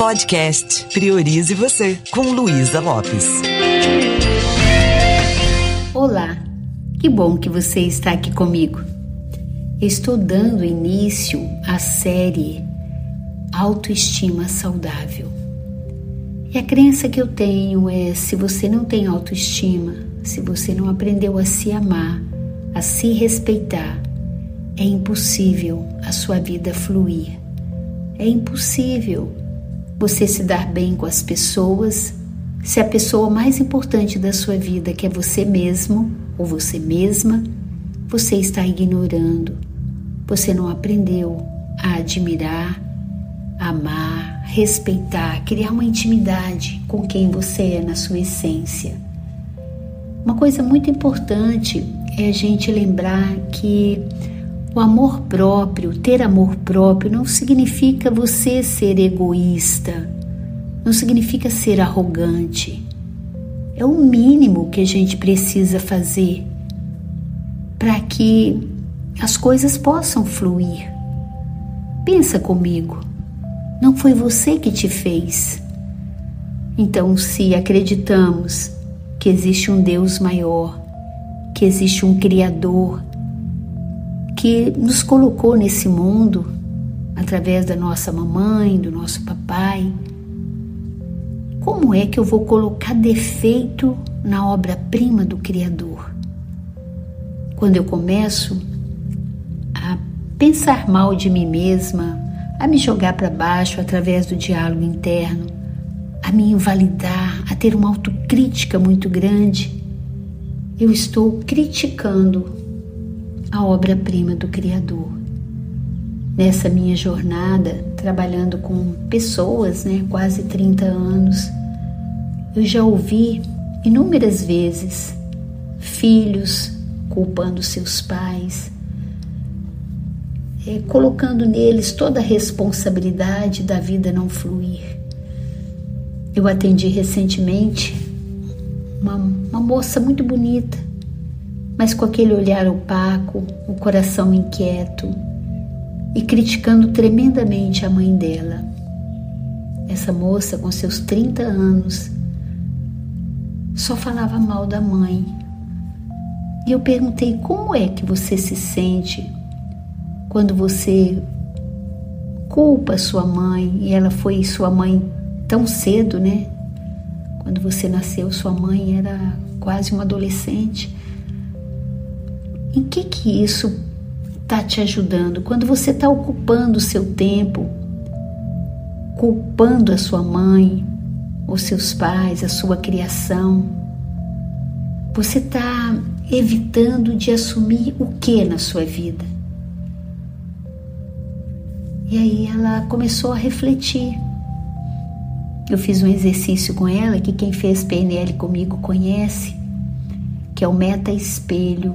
Podcast Priorize Você, com Luísa Lopes. Olá, que bom que você está aqui comigo. Eu estou dando início à série Autoestima Saudável. E a crença que eu tenho é: se você não tem autoestima, se você não aprendeu a se amar, a se respeitar, é impossível a sua vida fluir. É impossível você se dar bem com as pessoas se a pessoa mais importante da sua vida, que é você mesmo ou você mesma, você está ignorando. Você não aprendeu a admirar, amar, respeitar, criar uma intimidade com quem você é na sua essência. Uma coisa muito importante é a gente lembrar que o amor próprio, ter amor próprio, não significa você ser egoísta, não significa ser arrogante. É o mínimo que a gente precisa fazer para que as coisas possam fluir. Pensa comigo, não foi você que te fez. Então, se acreditamos que existe um Deus maior, que existe um Criador, que nos colocou nesse mundo através da nossa mamãe, do nosso papai, como é que eu vou colocar defeito na obra-prima do Criador? Quando eu começo a pensar mal de mim mesma, a me jogar para baixo através do diálogo interno, a me invalidar, a ter uma autocrítica muito grande, eu estou criticando a obra-prima do Criador. Nessa minha jornada, trabalhando com pessoas, quase 30 anos, eu já ouvi inúmeras vezes filhos culpando seus pais, colocando neles toda a responsabilidade da vida não fluir. Eu atendi recentemente uma moça muito bonita, mas com aquele olhar opaco, o coração inquieto e criticando tremendamente a mãe dela. Essa moça, com seus 30 anos, só falava mal da mãe. E eu perguntei: como é que você se sente quando você culpa sua mãe? E ela foi sua mãe tão cedo, Quando você nasceu, sua mãe era quase uma adolescente. Em que isso está te ajudando? Quando você está ocupando o seu tempo, culpando a sua mãe, os seus pais, a sua criação, você está evitando de assumir o que na sua vida? E aí ela começou a refletir. Eu fiz um exercício com ela que quem fez PNL comigo conhece, que é o meta-espelho,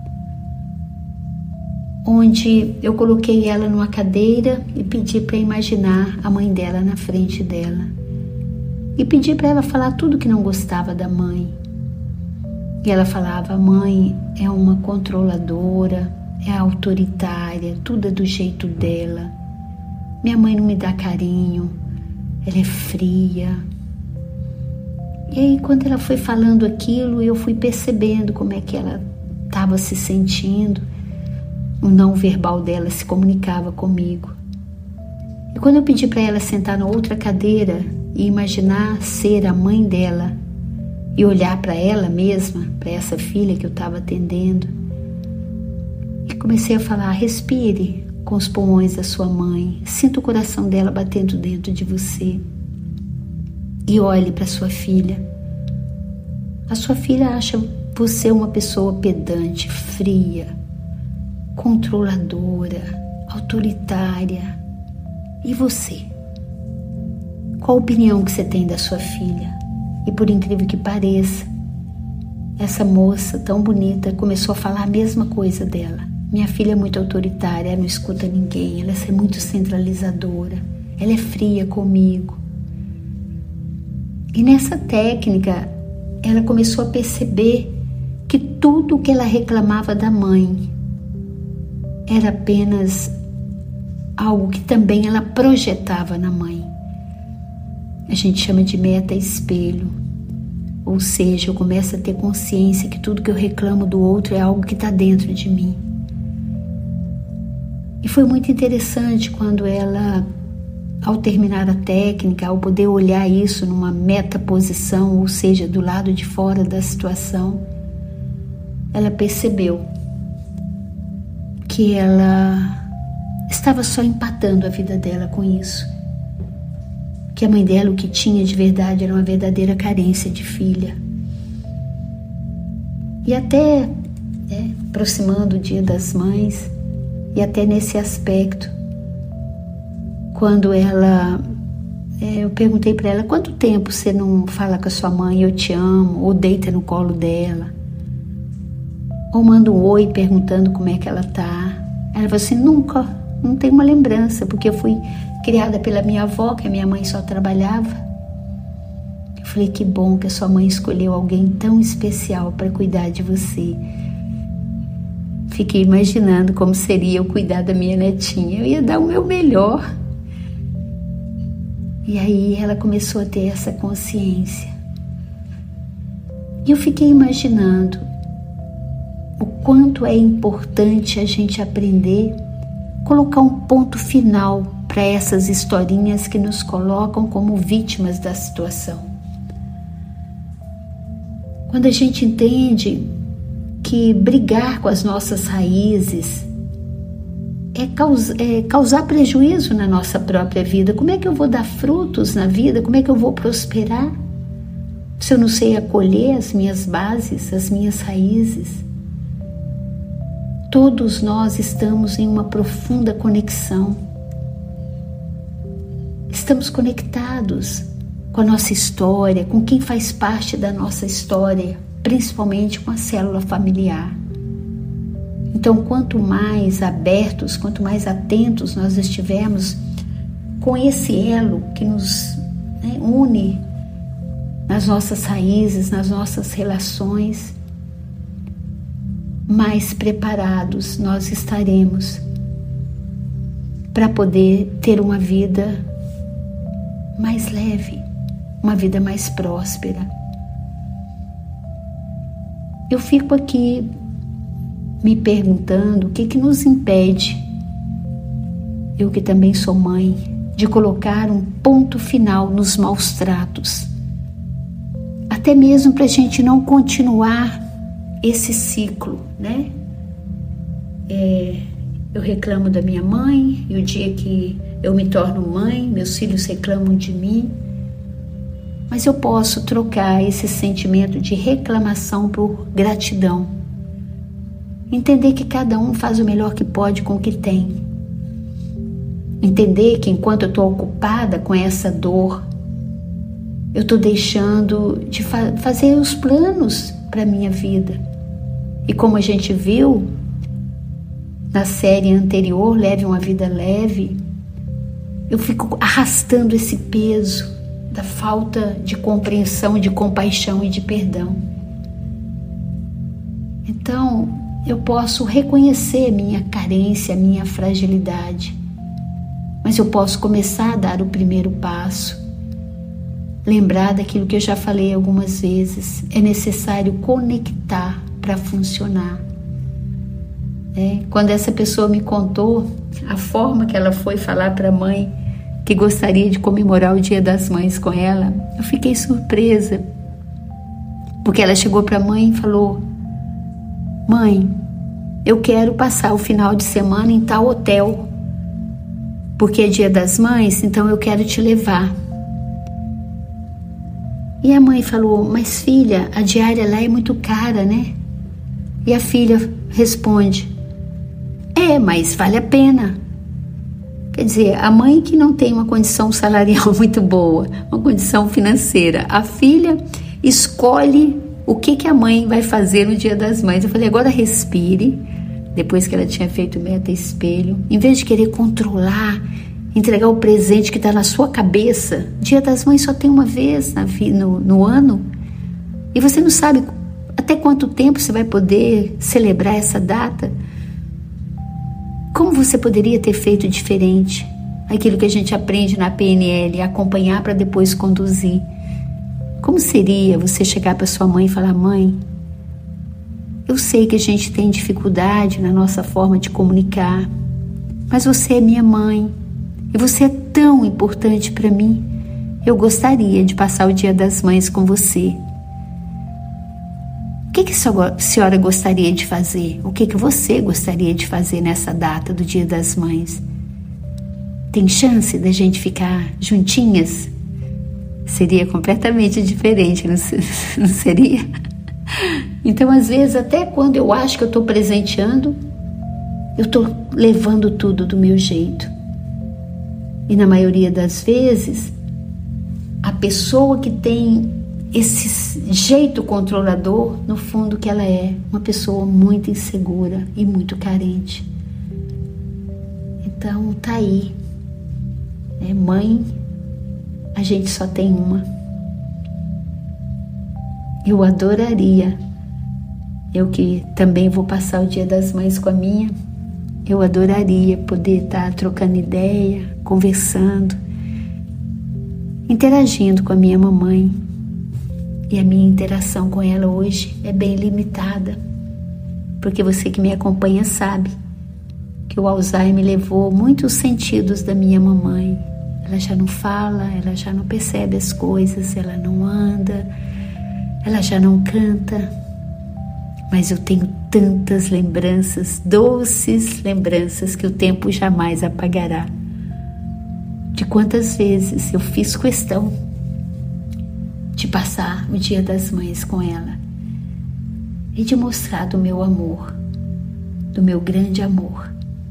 onde eu coloquei ela numa cadeira e pedi para imaginar a mãe dela na frente dela. E pedi para ela falar tudo que não gostava da mãe. E ela falava: a mãe é uma controladora, é autoritária, tudo é do jeito dela. Minha mãe não me dá carinho, ela é fria. E aí, quando ela foi falando aquilo, eu fui percebendo como é que ela estava se sentindo. O não verbal dela se comunicava comigo. E quando eu pedi para ela sentar na outra cadeira e imaginar ser a mãe dela e olhar para ela mesma, para essa filha que eu estava atendendo, e comecei a falar: respire com os pulmões da sua mãe, sinta o coração dela batendo dentro de você e olhe para sua filha. A sua filha acha você uma pessoa pedante, fria, controladora, autoritária. E você? Qual a opinião que você tem da sua filha? E por incrível que pareça, essa moça tão bonita começou a falar a mesma coisa dela. Minha filha é muito autoritária, ela não escuta ninguém, ela é muito centralizadora, ela é fria comigo. E nessa técnica, ela começou a perceber que tudo que ela reclamava da mãe era apenas algo que também ela projetava na mãe. A gente chama de meta espelho. Ou seja, eu começo a ter consciência que tudo que eu reclamo do outro é algo que está dentro de mim. E foi muito interessante quando ela, ao terminar a técnica, ao poder olhar isso numa metaposição, ou seja, do lado de fora da situação, ela percebeu que ela estava só empatando a vida dela com isso. Que a mãe dela, o que tinha de verdade, era uma verdadeira carência de filha. E até, aproximando o Dia das Mães, e até nesse aspecto, quando eu perguntei para ela: quanto tempo você não fala com a sua mãe, eu te amo, ou deita no colo dela, ou manda um oi perguntando como é que ela tá? Ela falou assim: nunca, não tenho uma lembrança, porque eu fui criada pela minha avó, que a minha mãe só trabalhava. Eu falei: que bom que a sua mãe escolheu alguém tão especial para cuidar de você. Fiquei imaginando como seria eu cuidar da minha netinha. Eu ia dar o meu melhor. E aí ela começou a ter essa consciência. E eu fiquei imaginando o quanto é importante a gente aprender a colocar um ponto final para essas historinhas que nos colocam como vítimas da situação. Quando a gente entende que brigar com as nossas raízes é causar prejuízo na nossa própria vida. Como é que eu vou dar frutos na vida? Como é que eu vou prosperar se eu não sei acolher as minhas bases, as minhas raízes? Todos nós estamos em uma profunda conexão. Estamos conectados com a nossa história, com quem faz parte da nossa história, principalmente com a célula familiar. Então, quanto mais abertos, quanto mais atentos nós estivermos com esse elo que nos une nas nossas raízes, nas nossas relações, mais preparados nós estaremos para poder ter uma vida mais leve, uma vida mais próspera. Eu fico aqui me perguntando o que nos impede, eu que também sou mãe, de colocar um ponto final nos maus tratos, até mesmo para a gente não continuar esse ciclo, né? Eu reclamo da minha mãe, e o dia que eu me torno mãe, meus filhos reclamam de mim, mas eu posso trocar esse sentimento de reclamação por gratidão. Entender que cada um faz o melhor que pode com o que tem. Entender que enquanto eu estou ocupada com essa dor, eu estou deixando de fazer os planos para a minha vida. E como a gente viu na série anterior, Leve uma Vida Leve, eu fico arrastando esse peso da falta de compreensão, de compaixão e de perdão. Então, eu posso reconhecer minha carência, minha fragilidade, mas eu posso começar a dar o primeiro passo. Lembrar daquilo que eu já falei algumas vezes, é necessário conectar para funcionar. Quando essa pessoa me contou a forma que ela foi falar para a mãe que gostaria de comemorar o Dia das Mães com ela, eu fiquei surpresa, porque ela chegou para a mãe e falou: mãe, eu quero passar o final de semana em tal hotel, porque é Dia das Mães, então eu quero te levar. E a mãe falou: mas filha, a diária lá é muito cara, né? E a filha responde: mas vale a pena. Quer dizer, a mãe que não tem uma condição salarial muito boa, uma condição financeira, a filha escolhe o que a mãe vai fazer no Dia das Mães. Eu falei: agora respire. Depois que ela tinha feito meta espelho, em vez de querer controlar, entregar o presente que está na sua cabeça, Dia das Mães só tem uma vez no ano, e você não sabe até quanto tempo você vai poder celebrar essa data. Como você poderia ter feito diferente? aquilo que a gente aprende na PNL, acompanhar para depois conduzir. Como seria você chegar para sua mãe e falar: mãe, eu sei que a gente tem dificuldade na nossa forma de comunicar, mas você é minha mãe e você é tão importante para mim. Eu gostaria de passar o Dia das Mães com você. O que a senhora gostaria de fazer? O que você gostaria de fazer nessa data do Dia das Mães? Tem chance da gente ficar juntinhas? Seria completamente diferente, não seria? Então, às vezes, até quando eu acho que eu estou presenteando, eu estou levando tudo do meu jeito. E na maioria das vezes, a pessoa que tem esse jeito controlador, no fundo que ela é uma pessoa muito insegura e muito carente. Então tá aí, mãe, a gente só tem uma. Eu adoraria, eu que também vou passar o Dia das Mães com a minha, eu adoraria poder estar trocando ideia, conversando, interagindo com a minha mamãe. E a minha interação com ela hoje é bem limitada, porque você que me acompanha sabe que o Alzheimer levou muitos sentidos da minha mamãe. Ela já não fala, ela já não percebe as coisas, ela não anda, ela já não canta. Mas eu tenho tantas lembranças, doces lembranças, que o tempo jamais apagará. De quantas vezes eu fiz questão de passar o Dia das Mães com ela e de mostrar do meu amor, do meu grande amor.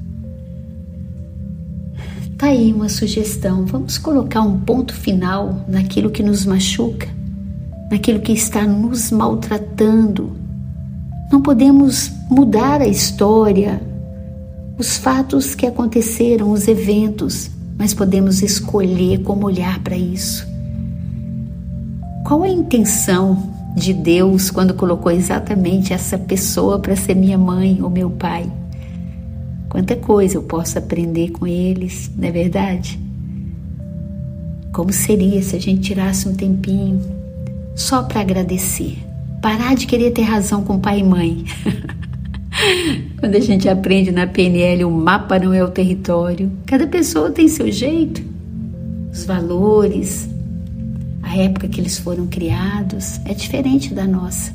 Tá aí uma sugestão, vamos colocar um ponto final naquilo que nos machuca, naquilo que está nos maltratando. Não podemos mudar a história, os fatos que aconteceram, os eventos, mas podemos escolher como olhar para isso. Qual a intenção de Deus quando colocou exatamente essa pessoa para ser minha mãe ou meu pai? Quanta coisa eu posso aprender com eles, não é verdade? Como seria se a gente tirasse um tempinho só para agradecer? Parar de querer ter razão com pai e mãe. Quando a gente aprende na PNL, o mapa não é o território. Cada pessoa tem seu jeito, os valores, a época que eles foram criados é diferente da nossa.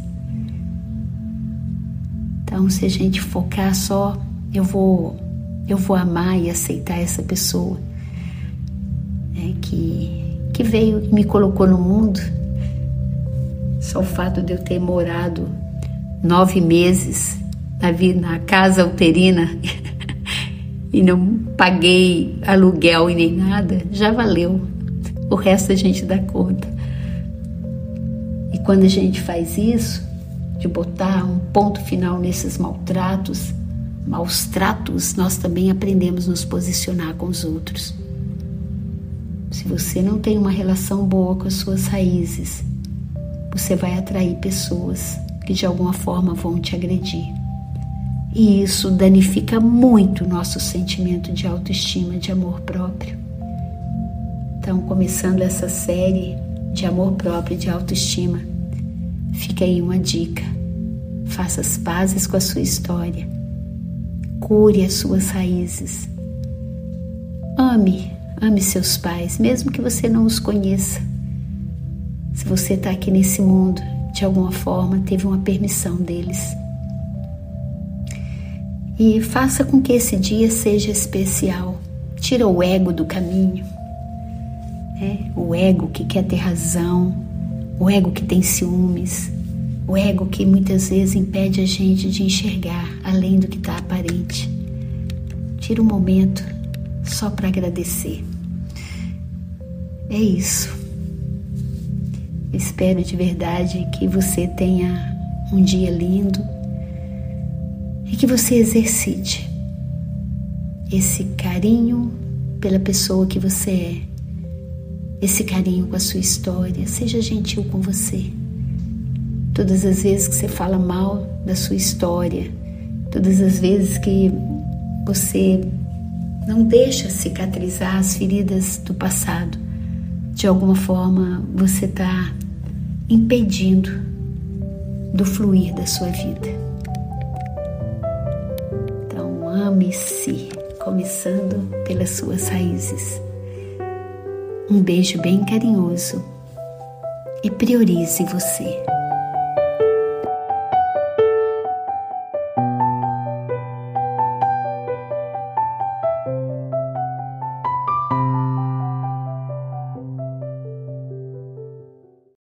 Então, se a gente focar só, eu vou amar e aceitar essa pessoa, que veio e me colocou no mundo. Só o fato de eu ter morado 9 meses na casa uterina e não paguei aluguel e nem nada, já valeu. O resto a gente dá conta. E quando a gente faz isso, de botar um ponto final nesses maus tratos, nós também aprendemos a nos posicionar com os outros. Se você não tem uma relação boa com as suas raízes, você vai atrair pessoas que de alguma forma vão te agredir. E isso danifica muito o nosso sentimento de autoestima, de amor próprio. Então, começando essa série de amor próprio e de autoestima, fica aí uma dica. Faça as pazes com a sua história. Cure as suas raízes. Ame seus pais, mesmo que você não os conheça. Se você está aqui nesse mundo, de alguma forma, teve uma permissão deles. E faça com que esse dia seja especial. Tira o ego do caminho. O ego que quer ter razão, o ego que tem ciúmes, o ego que muitas vezes impede a gente de enxergar além do que está aparente. Tira um momento só para agradecer. É isso. Eu espero de verdade que você tenha um dia lindo e que você exercite esse carinho pela pessoa que você é, esse carinho com a sua história. Seja gentil com você. Todas as vezes que você fala mal da sua história, todas as vezes que você Não deixa cicatrizar as feridas do passado. De alguma forma, você está impedindo do fluir da sua vida. Então, ame-se, começando pelas suas raízes. Um beijo bem carinhoso e priorize você.